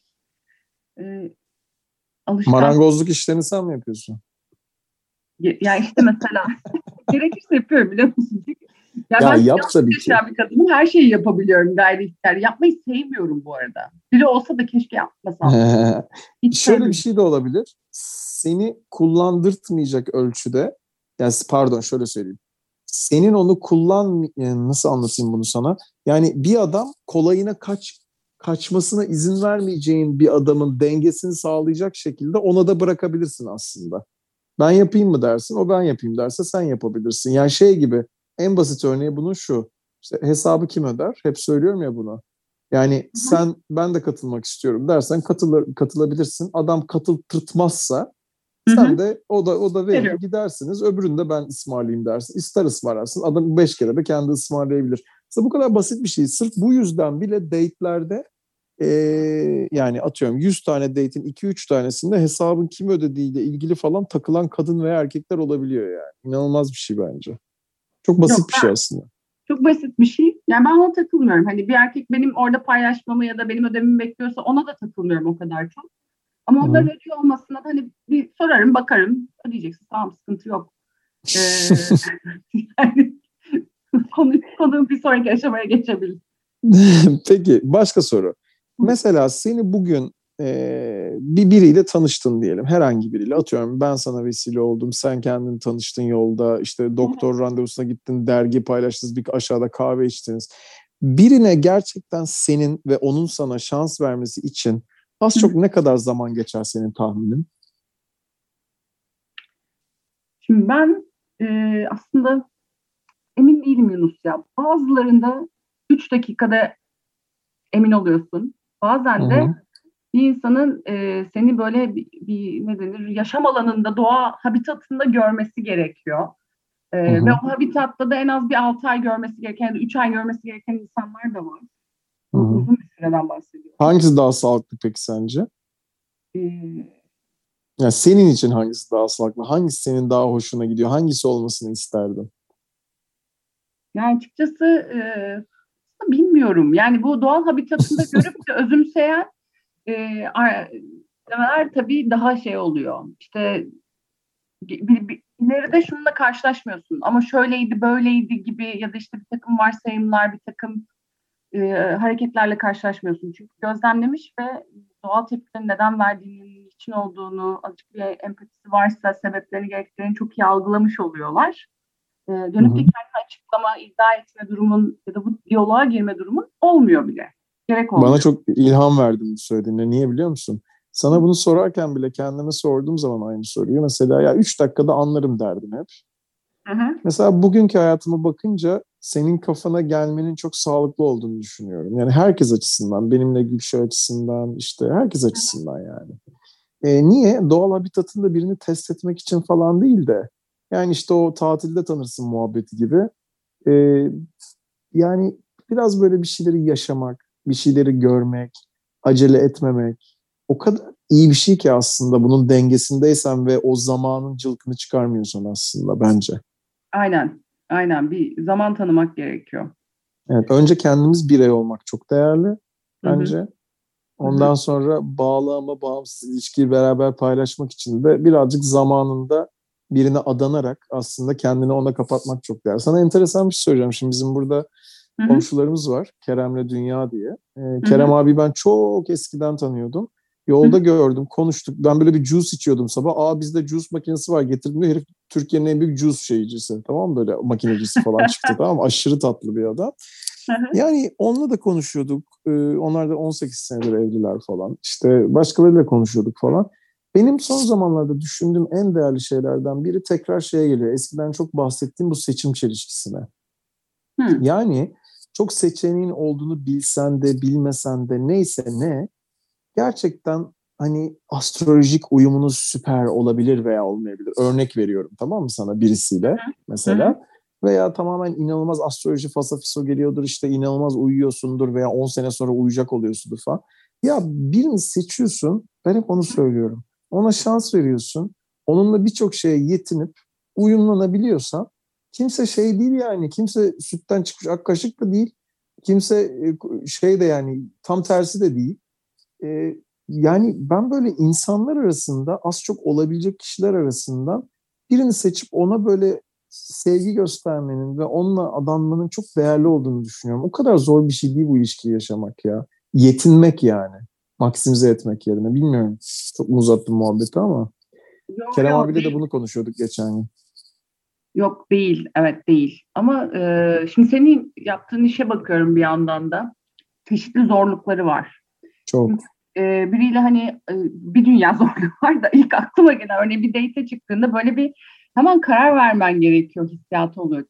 alışkan. Marangozluk işlerini sen mi yapıyorsun? Ya işte mesela gerekirse yapıyorum biliyor musun? Ya yap tabii ki. Bir kadının her şeyi yapabiliyorum gayri ihtiyar. Yapmayı sevmiyorum bu arada. Biri olsa da keşke yapmasam. Şöyle bir şey de olabilir. Seni kullandırtmayacak ölçüde, yani pardon şöyle söyleyeyim. Senin onu nasıl anlatayım bunu sana? Yani bir adam kolayına kaçmasına izin vermeyeceğin bir adamın dengesini sağlayacak şekilde ona da bırakabilirsin aslında. Ben yapayım mı dersin, o ben yapayım derse sen yapabilirsin. Yani şey gibi en basit örneği bunun şu. İşte hesabı kim öder? Hep söylüyorum ya bunu. Yani ben de katılmak istiyorum dersen katılabilirsin. Adam katıltırtmazsa sen de o da verir gidersiniz. Öbürünü de ben ısmarlayayım dersin. İster ısmarlarsın. Adam 5 kere de kendi ısmarlayabilir. Mesela bu kadar basit bir şey. Sırf bu yüzden bile date'lerde Yani atıyorum 100 tane date'in 2-3 tanesinde hesabın kim ödediğiyle ilgili falan takılan kadın veya erkekler olabiliyor yani. İnanılmaz bir şey bence. Çok Yok, basit bir şey aslında. çok basit bir şey. Yani ben ona takılmıyorum. Hani bir erkek benim orada paylaşmamı ya da benim ödememi bekliyorsa ona da takılmıyorum o kadar çok. Ama onların Hı-hı. ödüyor olmasına da hani bir sorarım, bakarım. Ödeyeceksin, tamam, sıkıntı yok. Yani konu bir sonraki aşamaya geçebilir. Peki başka soru. Mesela seni bugün biriyle tanıştın diyelim. Herhangi biriyle. Atıyorum ben sana vesile oldum. Sen kendin tanıştın yolda. İşte doktor randevusuna gittin. Dergi paylaştınız. Bir aşağıda kahve içtiniz. Birine gerçekten senin ve onun sana şans vermesi için az çok ne kadar zaman geçer senin tahminin? Şimdi ben aslında emin değilim Yunus ya. Bazılarında 3 dakikada emin oluyorsun. Bazen de Hı-hı. bir insanın seni böyle bir ne denir, yaşam alanında, doğa habitatında görmesi gerekiyor. Ve Hı-hı. o habitatta da en az bir 6 ay görmesi gereken ya da 3 ay görmesi gereken insanlar da var. Bu Hı-hı. uzun bir süreden bahsediyorum. Hangisi daha sağlıklı peki sence? Ee, Yani senin için hangisi daha sağlıklı? Hangisi senin daha hoşuna gidiyor? Hangisi olmasını isterdin? Yani açıkçası bilmiyorum. Yani bu doğal habitatında görüp de özümseyen demeler tabii daha şey oluyor. İşte ileride şununla karşılaşmıyorsun ama şöyleydi böyleydi gibi ya da işte bir takım varsayımlar, bir takım hareketlerle karşılaşmıyorsun. Çünkü gözlemlemiş ve doğal tepkilerin neden verdiğinin, için olduğunu, azıcık bir empatisi varsa sebeplerini, gerektiğini çok iyi algılamış oluyorlar. Hı Dönüp de hı. kendini açıklama, iddia etme durumun ya da bu diyaloğa girme durumun olmuyor bile. Gerek Bana olmuyor. çok ilham verdin bu söylediğinde. Niye biliyor musun? Sana bunu sorarken bile kendime sorduğum zaman aynı soruyu. Mesela ya 3 dakikada anlarım derdim hep. Hı hı. Mesela bugünkü hayatıma bakınca senin kafana gelmenin çok sağlıklı olduğunu düşünüyorum. Yani herkes açısından, benimle Gülşah açısından, işte herkes açısından yani. Niye? Doğal habitatında birini test etmek için falan değil de yani işte o tatilde tanırsın muhabbeti gibi. Ee, Yani biraz böyle bir şeyleri yaşamak, bir şeyleri görmek, acele etmemek o kadar iyi bir şey ki aslında bunun dengesindeysen ve o zamanın cılkını çıkarmıyorsan aslında bence. Aynen. Aynen. Bir zaman tanımak gerekiyor. Evet, önce kendimiz birey olmak çok değerli Hı hı. bence. Hı hı. Ondan sonra bağlı ama bağımsız ilişkiyi beraber paylaşmak için de birazcık zamanında birine adanarak aslında kendini ona kapatmak çok değerli. Sana enteresan bir şey söyleyeceğim. Şimdi bizim burada Hı hı. komşularımız var. Kerem'le Dünya diye. Hı Kerem hı. abi ben çok eskiden tanıyordum. Hı Yolda hı. gördüm, konuştuk. Ben böyle bir juice içiyordum sabah. Aa bizde juice makinesi var getirdim diyor. Herif Türkiye'nin en büyük juice şeycisi. Tamam mı? Böyle makinecisi falan çıktı. Tamam mı? Aşırı tatlı bir adam. Hı hı. Yani onunla da konuşuyorduk. Onlar da 18 senedir evliler falan. İşte başkalarıyla konuşuyorduk falan. Benim son zamanlarda düşündüğüm en değerli şeylerden biri tekrar şeye geliyor. Eskiden çok bahsettiğim bu seçim çelişkisine. Hı. Yani çok seçeneğin olduğunu bilsen de bilmesen de neyse ne gerçekten hani astrolojik uyumunuz süper olabilir veya olmayabilir. Örnek veriyorum tamam mı sana birisiyle Hı hı. mesela veya tamamen inanılmaz astroloji fasafiso geliyordur işte inanılmaz uyuyorsundur veya 10 sene sonra uyuyacak oluyorsundur falan. Ya birini seçiyorsun ben hep onu söylüyorum. Ona şans veriyorsun. Onunla birçok şeye yetinip uyumlanabiliyorsan kimse şey değil yani kimse sütten çıkmış ak kaşık da değil. Kimse şey de yani tam tersi de değil. E, Yani ben böyle insanlar arasında az çok olabilecek kişiler arasından birini seçip ona böyle sevgi göstermenin ve onunla adanmanın çok değerli olduğunu düşünüyorum. O kadar zor bir şey değil bu ilişkiyi yaşamak ya. Yetinmek yani. Maksimize etmek yerine. Bilmiyorum. Çok mu uzattım muhabbeti ama. Yo Kerem yo abiyle de değil. bunu konuşuyorduk geçen gün. Yok değil. Evet değil. Ama şimdi senin yaptığın işe bakıyorum bir yandan da. Çeşitli zorlukları var. Çünkü Çok. biriyle hani bir dünya zorluğu var da ilk aklıma gelen örneğin bir date çıktığında böyle bir hemen karar vermen gerekiyor hissiyatı oluyor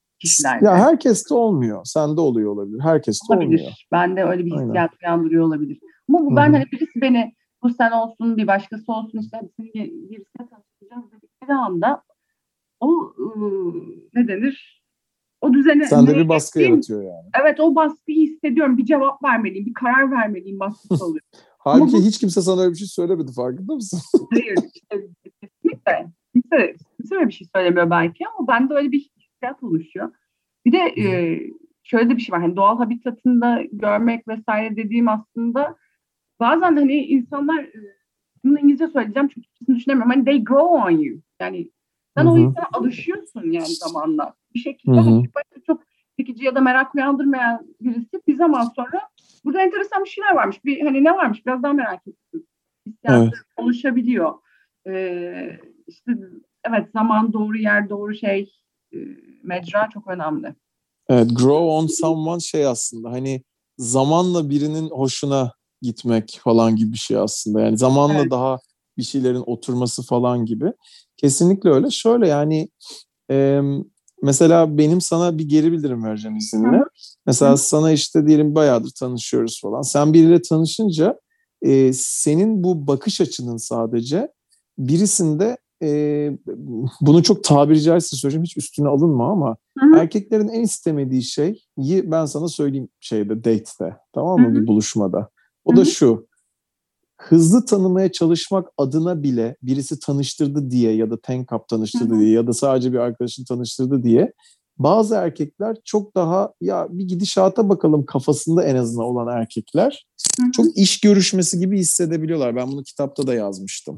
Ya kişilerde. herkes de olmuyor. Sende oluyor olabilir. Herkes de olmuyor. Olabilir. Bende öyle bir Aynen. hissiyat uyandırıyor olabilir. Ama Hı bu ben hı. hani birisi beni bu sen olsun bir başkası olsun işte hepsini birisiyle tanıştıracağız dedikleri anda o ne denir? O düzene Sende bir baskı yaratıyor yani. Evet, o baskıyı hissediyorum. Bir cevap vermeliyim, bir karar vermeliyim baskısı oluyor. Halbuki hiç kimse sana öyle bir şey söylemedi, farkında mısın? Hayır, kesinlikle. Kimse öyle bir şey söylemiyor belki ama bende öyle bir hissiyat oluşuyor. Bir de şöyle de bir şey var. Hani doğal habitatında görmek vesaire dediğim aslında bazen hani insanlar bunu İngilizce söyleyeceğim çünkü Türkçesini düşünemiyorum. Hani they grow on you. Yani sen o insana alışıyorsun yani zamanla. Bir şekilde hani çok çekici ya da merak uyandırmayan birisi bir zaman sonra burada enteresan bir şeyler varmış. Bir hani ne varmış biraz daha merak ettim. Hissiyatı oluşabiliyor. İşte evet, zaman, doğru yer, doğru şey, mecra çok önemli. Evet, grow on someone şey aslında hani zamanla birinin hoşuna gitmek falan gibi bir şey aslında. Yani zamanla daha bir şeylerin oturması falan gibi. Kesinlikle öyle. Şöyle yani mesela benim sana bir geri bildirim vereceğim izinle. Mesela sana işte diyelim bayağıdır tanışıyoruz falan. Sen biriyle tanışınca senin bu bakış açının sadece birisinde bunu çok tabiri caizse söyleyeceğim, hiç üstüne alınma ama erkeklerin en istemediği şeyi ben sana söyleyeyim date'te, tamam mı, bir buluşmada. O da şu: hızlı tanımaya çalışmak adına bile birisi tanıştırdı diye ya da tank up tanıştırdı diye ya da sadece bir arkadaşın tanıştırdı diye bazı erkekler çok daha ya bir gidişata bakalım kafasında en azından olan erkekler çok iş görüşmesi gibi hissedebiliyorlar. Ben bunu kitapta da yazmıştım.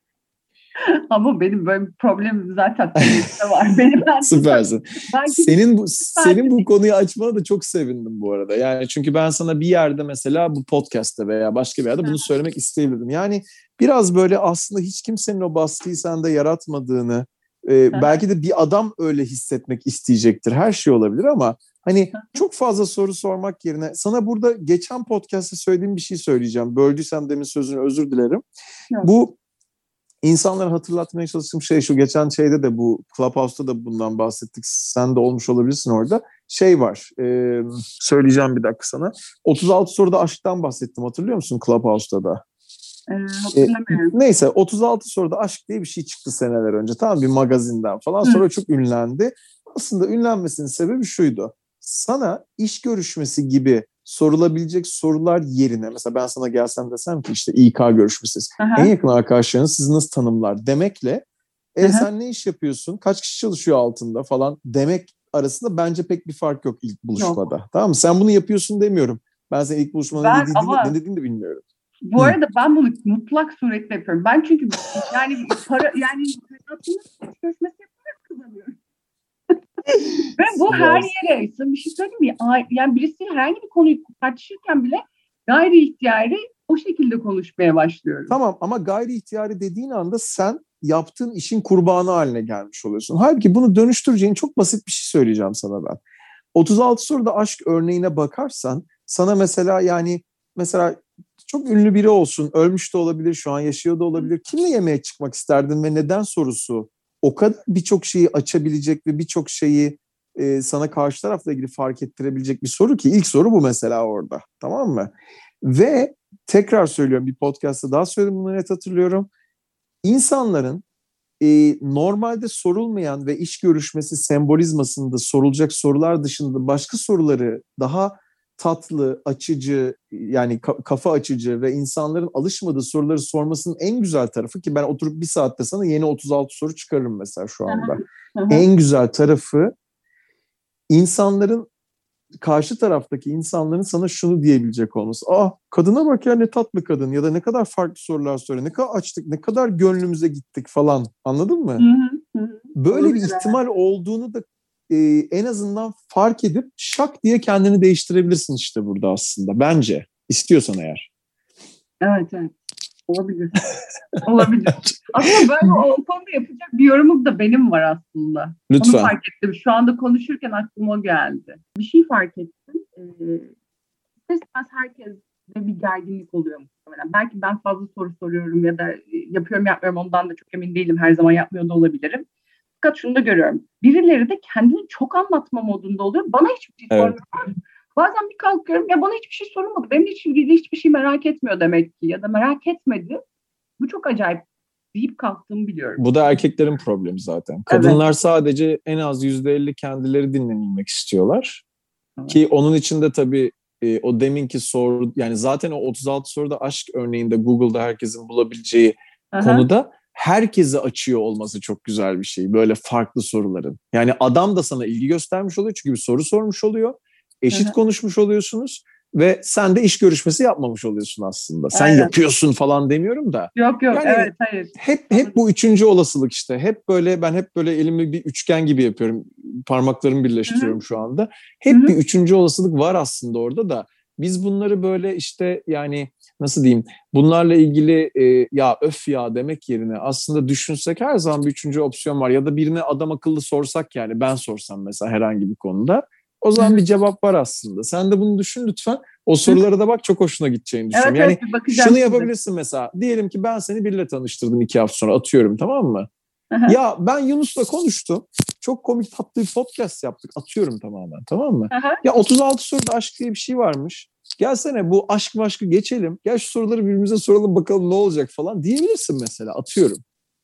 Ama benim böyle bir problemim zaten var. Süpersin. Senin bu konuyu açmana da çok sevindim bu arada. Yani çünkü ben sana bir yerde mesela bu podcast'te veya başka bir yerde bunu söylemek isteyebilirdim. Yani biraz böyle aslında hiç kimsenin o baskıyı sende yaratmadığını, belki de bir adam öyle hissetmek isteyecektir. Her şey olabilir ama hani çok fazla soru sormak yerine sana burada geçen podcast'te söylediğim bir şey söyleyeceğim. Böldüysem demin sözünü, özür dilerim. Bu İnsanlara hatırlatmaya çalıştığım şey şu: geçen şeyde de, bu Clubhouse'da da bundan bahsettik. Sen de olmuş olabilirsin orada. Şey var, söyleyeceğim bir dakika sana. 36 soruda aşktan bahsettim, hatırlıyor musun Clubhouse'da da? Hatırlamıyorum. Neyse, 36 soruda aşk diye bir şey çıktı seneler önce. Tamam, bir magazinden falan. Sonra çok ünlendi. Aslında ünlenmesinin sebebi şuydu: sana iş görüşmesi gibi sorulabilecek sorular yerine, mesela ben sana gelsem desem ki işte İK görüşmesi, en yakın arkadaşlarınız sizi nasıl tanımlar demekle sen ne iş yapıyorsun, kaç kişi çalışıyor altında falan demek arasında bence pek bir fark yok ilk buluşmada. Yok. Tamam mı? Sen bunu yapıyorsun demiyorum. Ben senin ilk buluşmada ne dediğini de bilmiyorum. Bu arada ben bunu mutlak suretle yapıyorum. Ben çünkü yani hayatımda görüşmesi yaparak kazanıyorum. Ve bu her yere, bir şey söyleyeyim mi? Yani birisi herhangi bir konuyu tartışırken bile gayri ihtiyari o şekilde konuşmaya başlıyorum. Tamam, ama gayri ihtiyari dediğin anda sen yaptığın işin kurbanı haline gelmiş oluyorsun. Halbuki bunu dönüştüreceğin çok basit bir şey söyleyeceğim sana ben. 36 soruda aşk örneğine bakarsan sana mesela çok ünlü biri olsun, ölmüş de olabilir, şu an yaşıyor da olabilir. Kimle yemeğe çıkmak isterdin ve neden sorusu o kadar birçok şeyi açabilecek ve birçok şeyi sana karşı tarafla ilgili fark ettirebilecek bir soru ki ilk soru bu mesela orada, tamam mı? Ve tekrar söylüyorum, bir podcast'ta daha söyledim, bunu net hatırlıyorum. İnsanların normalde sorulmayan ve iş görüşmesi sembolizmasında sorulacak sorular dışında başka soruları daha tatlı, açıcı, yani kafa açıcı ve insanların alışmadığı soruları sormasının en güzel tarafı, ki ben oturup bir saatte sana yeni 36 soru çıkarırım mesela şu anda. En güzel tarafı insanların, karşı taraftaki insanların sana şunu diyebilecek olması: kadına bak ya, ne tatlı kadın, ya da ne kadar farklı sorular soruyor, ne kadar açtık, ne kadar gönlümüze gittik falan, anladın mı? Böyle bir ihtimal olduğunu da en azından fark edip şak diye kendini değiştirebilirsin işte burada aslında, bence, istiyorsan eğer. Evet. Olabilir. Aslında böyle o konuda yapacak bir yorumum da benim var aslında. Lütfen. Onu fark ettim. Şu anda konuşurken aklıma geldi. Bir şey fark ettim. İstemez herkeste bir gerginlik oluyor muhtemelen. Belki ben fazla soru soruyorum ya da yapıyorum yapmıyorum, ondan da çok emin değilim. Her zaman yapmıyor da olabilirim. Fakat şunu da görüyorum. Birileri de kendini çok anlatma modunda oluyor. Bana hiçbir şey sormuyor. Bazen bir kalkıyorum, ya bana hiçbir şey sorulmadı. Benimle ilgili hiçbir şey merak etmiyor demek ki, ya da merak etmedi. Bu çok acayip deyip kalktığımı biliyorum. Bu da erkeklerin problemi zaten. Kadınlar sadece en az %50 kendileri dinlenilmek istiyorlar. Evet. Ki onun içinde tabii o deminki soru, yani zaten o 36 soruda aşk örneğinde Google'da herkesin bulabileceği konuda herkese açıyor olması çok güzel bir şey. Böyle farklı soruların. Yani adam da sana ilgi göstermiş oluyor çünkü bir soru sormuş oluyor. Eşit konuşmuş oluyorsunuz ve sen de iş görüşmesi yapmamış oluyorsun aslında. Sen yapıyorsun falan demiyorum da. Yok yani evet hayır. Hep bu üçüncü olasılık işte. Ben hep böyle elimi bir üçgen gibi yapıyorum. Parmaklarımı birleştiriyorum şu anda. Hep bir üçüncü olasılık var aslında orada da. Biz bunları böyle işte yani nasıl diyeyim, bunlarla ilgili ya öf ya demek yerine aslında düşünsek her zaman bir üçüncü opsiyon var. Ya da birine adam akıllı sorsak, yani ben sorsam mesela herhangi bir konuda. O zaman bir cevap var aslında. Sen de bunu düşün lütfen. O sorulara da bak, çok hoşuna gideceğini düşünüyorum. Evet, yani şunu yapabilirsin mesela. Diyelim ki ben seni biriyle tanıştırdım 2 hafta sonra, atıyorum, tamam mı? Ya ben Yunus'la konuştum. Çok komik tatlı bir podcast yaptık. Atıyorum tamamen, tamam mı? Ya 36 soruda aşk diye bir şey varmış. Gelsene bu aşkı geçelim. Gel şu soruları birbirimize soralım bakalım ne olacak falan diyebilirsin mesela, atıyorum.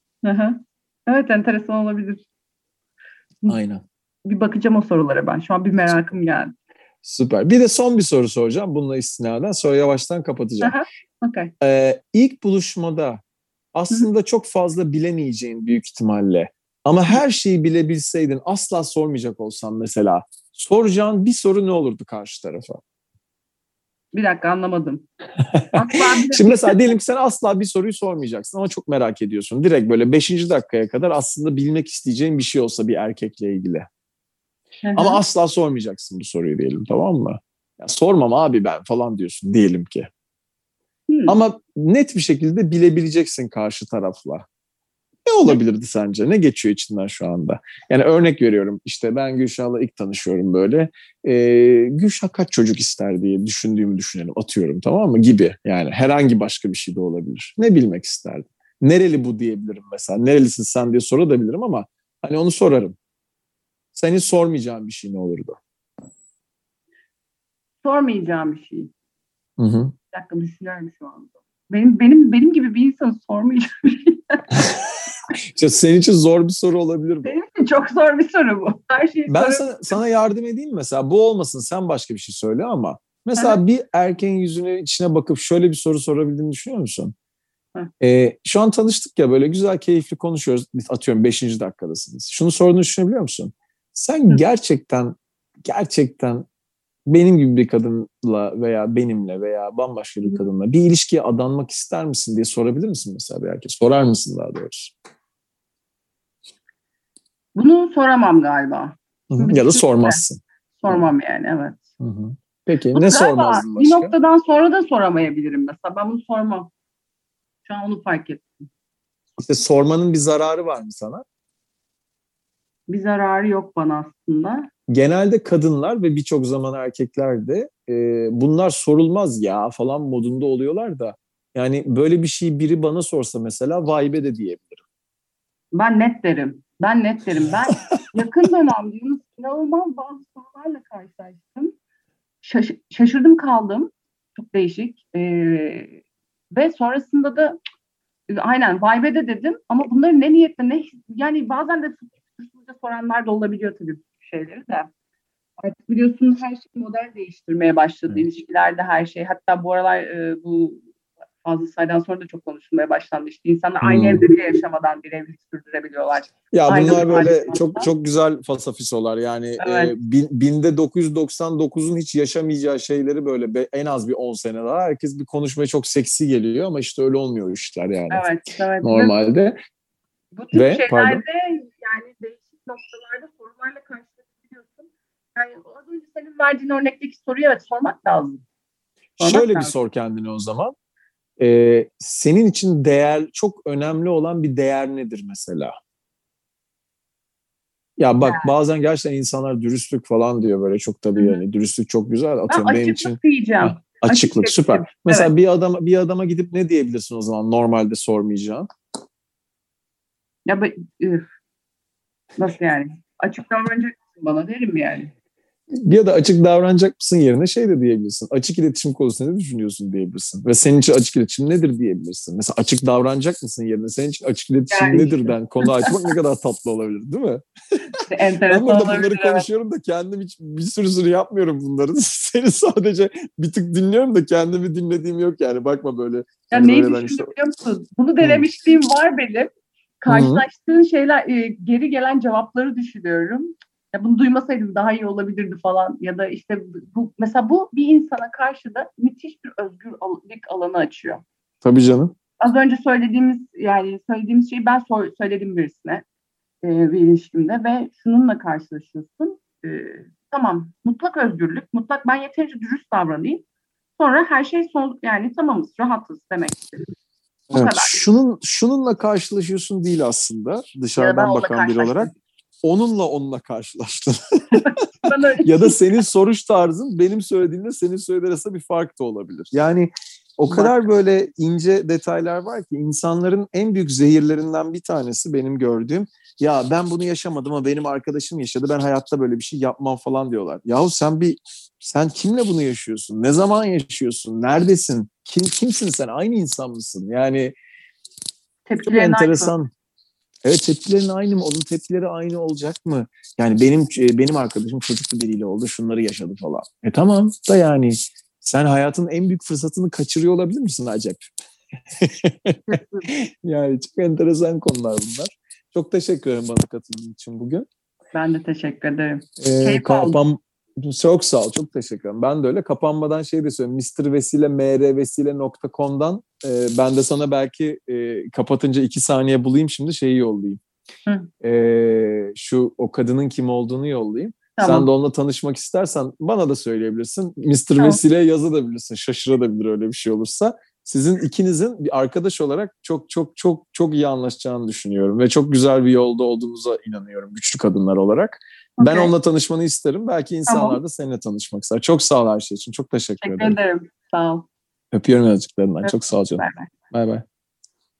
Evet, enteresan olabilir. Aynen. Bir bakacağım o sorulara ben. Şu an bir merakım geldi. Süper. Bir de son bir soru soracağım bununla istinaden. Sonra yavaştan kapatacağım. Okay. İlk buluşmada aslında çok fazla bilemeyeceğin büyük ihtimalle. Ama her şeyi bilebilseydin, asla sormayacak olsan mesela, soracağın bir soru ne olurdu karşı tarafa? Bir dakika, anlamadım. Şimdi mesela diyelim ki sen asla bir soruyu sormayacaksın ama çok merak ediyorsun. Direkt böyle 5. dakikaya kadar aslında bilmek isteyeceğin bir şey olsa bir erkekle ilgili. Ama asla sormayacaksın bu soruyu diyelim, tamam mı? Ya sormam abi ben falan diyorsun diyelim ki. Ama net bir şekilde bilebileceksin karşı tarafla. Ne olabilirdi sence? Ne geçiyor içinden şu anda? Yani örnek veriyorum, işte ben Gülşah'la ilk tanışıyorum böyle. Gülşah kaç çocuk ister diye düşündüğümü düşünelim, atıyorum, tamam mı? Gibi, yani herhangi başka bir şey de olabilir. Ne bilmek isterdim? Nereli bu diyebilirim mesela. Nerelisin sen diye sorabilirim ama hani onu sorarım. Senin sormayacağın bir şey ne olurdu? Sormayacağım bir şey. Bir dakika, düşünüyorum şu anda. Benim gibi bir insan sormayacağım bir şey. İşte senin için zor bir soru olabilir bu. Benim için çok zor bir soru bu. Her şeyi ben sana yardım edeyim mi? Mesela bu olmasın, sen başka bir şey söyle ama. Mesela bir erkeğin yüzüne, içine bakıp şöyle bir soru sorabildiğini düşünüyor musun? Şu an tanıştık ya, böyle güzel keyifli konuşuyoruz. Atıyorum 5. dakikadasınız. Şunu sorduğunu düşünebiliyor musun? Sen gerçekten benim gibi bir kadınla veya benimle veya bambaşka bir kadınla bir ilişkiye adanmak ister misin diye sorabilir misin mesela bir erkek? Sorar mısın daha doğrusu? Bunu soramam galiba. Ya da sormazsın. Sormam yani, evet. Peki bunu ne sormazdın başka? Bir noktadan sonra da soramayabilirim mesela. Ben bunu sormam. Şu an onu fark ettim. İşte sormanın bir zararı var mı sana? Bir zararı yok bana aslında. Genelde kadınlar ve birçok zaman erkekler de bunlar sorulmaz ya falan modunda oluyorlar da. Yani böyle bir şey biri bana sorsa mesela vay be de diyebilirim. Ben net derim. Ben yakın dönemde inanılmaz bazı sorularla karşılaştım. Şaşırdım kaldım. Çok değişik. Ve sonrasında da aynen vay be de dedim. Ama bunların ne niyetle yani bazen de sıkıntı soranlar da olabiliyor tabii şeyleri de. Artık biliyorsunuz her şey model değiştirmeye başladı. İlişkilerde her şey. Hatta bu aralar bu fazla sayıdan sonra da çok konuşulmaya başlandı. İşte insanlar aynı evde bile yaşamadan bir evlilik sürdürebiliyorlar. Ya aynı bunlar böyle çok güzel fasafisolar. Yani evet. Binde 999'un hiç yaşamayacağı şeyleri böyle en az bir 10 sene daha herkes bir konuşmaya çok seksi geliyor ama işte öyle olmuyor işler yani. Evet. Normalde. Bu tür şeylerde yani değişik noktalarda sorularla karşılaşabiliyorsun. Yani az önce senin verdiğin örnekteki soruyu evet sormak lazım. Şöyle bir sor kendine o zaman. Senin için çok önemli olan bir değer nedir mesela? Ya bak bazen gerçekten insanlar dürüstlük falan diyor böyle, çok tabii yani dürüstlük çok güzel. Atıyorum benim için diyeceğim. Açıklık süper. Mesela bir adama gidip ne diyebilirsin o zaman normalde sormayacağın? Ya nasıl yani? Açık davranacaksın bana derim yani. Ya da açık davranacak mısın yerine şey de diyebilirsin. Açık iletişim konusunda ne düşünüyorsun diyebilirsin. Ve senin için açık iletişim nedir diyebilirsin. Mesela açık davranacak mısın yerine senin için açık iletişim Yani nedir işte. den konu açmak ne kadar tatlı olabilir değil mi? Enteresan Ben burada olabilir, bunları evet. konuşuyorum da kendim hiç bir sürü yapmıyorum bunları. Seni sadece bir tık dinliyorum da kendimi dinlediğim yok yani. Bakma böyle. Ya Hani neyi böyle ben düşündüm işte... biliyor musun? Bunu denemişliğim var benim. Karşılaştığın şeyler, geri gelen cevapları düşünüyorum. Ya bunu duymasaydım daha iyi olabilirdi falan. Ya da işte mesela bu bir insana karşı da müthiş bir özgürlük alanı açıyor. Tabii canım. Az önce söylediğimiz şeyi ben söyledim birisine bir ilişkimde ve şununla karşılaşıyorsun. Tamam, mutlak özgürlük, mutlak ben yeterince dürüst davranayım. Sonra her şey yani tamamız, rahatız demek istedim. Bu Evet, kadar. şununla karşılaşıyorsun değil aslında Ya da ben dışarıdan onunla bakan biri olarak. karşılaştım. Onunla karşılaştın. Ben öyle Ya da senin soruş tarzın benim söylediğimle senin söylediğin arasında bir fark da olabilir. Yani o kadar böyle ince detaylar var ki insanların en büyük zehirlerinden bir tanesi benim gördüğüm. Ya ben bunu yaşamadım ama benim arkadaşım yaşadı. Ben hayatta böyle bir şey yapmam falan diyorlar. Yahu sen kimle bunu yaşıyorsun? Ne zaman yaşıyorsun? Neredesin? Kimsin sen? Aynı insan mısın? Yani çok tepkilerini enteresan. Evet, tepkilerin aynı mı? Onun tepkileri aynı olacak mı? Yani benim arkadaşım çocuklu biriyle oldu, şunları yaşadı falan. Tamam da yani sen hayatın en büyük fırsatını kaçırıyor olabilir misin acaba? Yani çok enteresan konular bunlar. Çok teşekkür ederim bana katıldığın için bugün. Ben de teşekkür ederim. Keyif aldım. Çok sağ ol, çok teşekkür ederim. Ben de öyle kapanmadan şey de söyleyeyim. mrvesile.com'dan ben de sana belki kapatınca 2 saniye bulayım şimdi şeyi yollayayım. O kadının kim olduğunu yollayayım. Tamam. Sen de onunla tanışmak istersen bana da söyleyebilirsin. Mr. Tamam. Vesile yazabilirsin. Şaşırabilir öyle bir şey olursa. Sizin ikinizin bir arkadaş olarak çok çok çok çok iyi anlaşacağını düşünüyorum ve çok güzel bir yolda olduğunuza inanıyorum güçlü kadınlar olarak. Ben onunla tanışmanı isterim. Belki insanlar da seninle tanışmak ister. Çok sağ ol her şey için. Çok teşekkür ederim. Teşekkür ederim. Sağ ol. Öpüyorum yazıklarından. Çok sağ ol canım. Bay bay. Bay bay.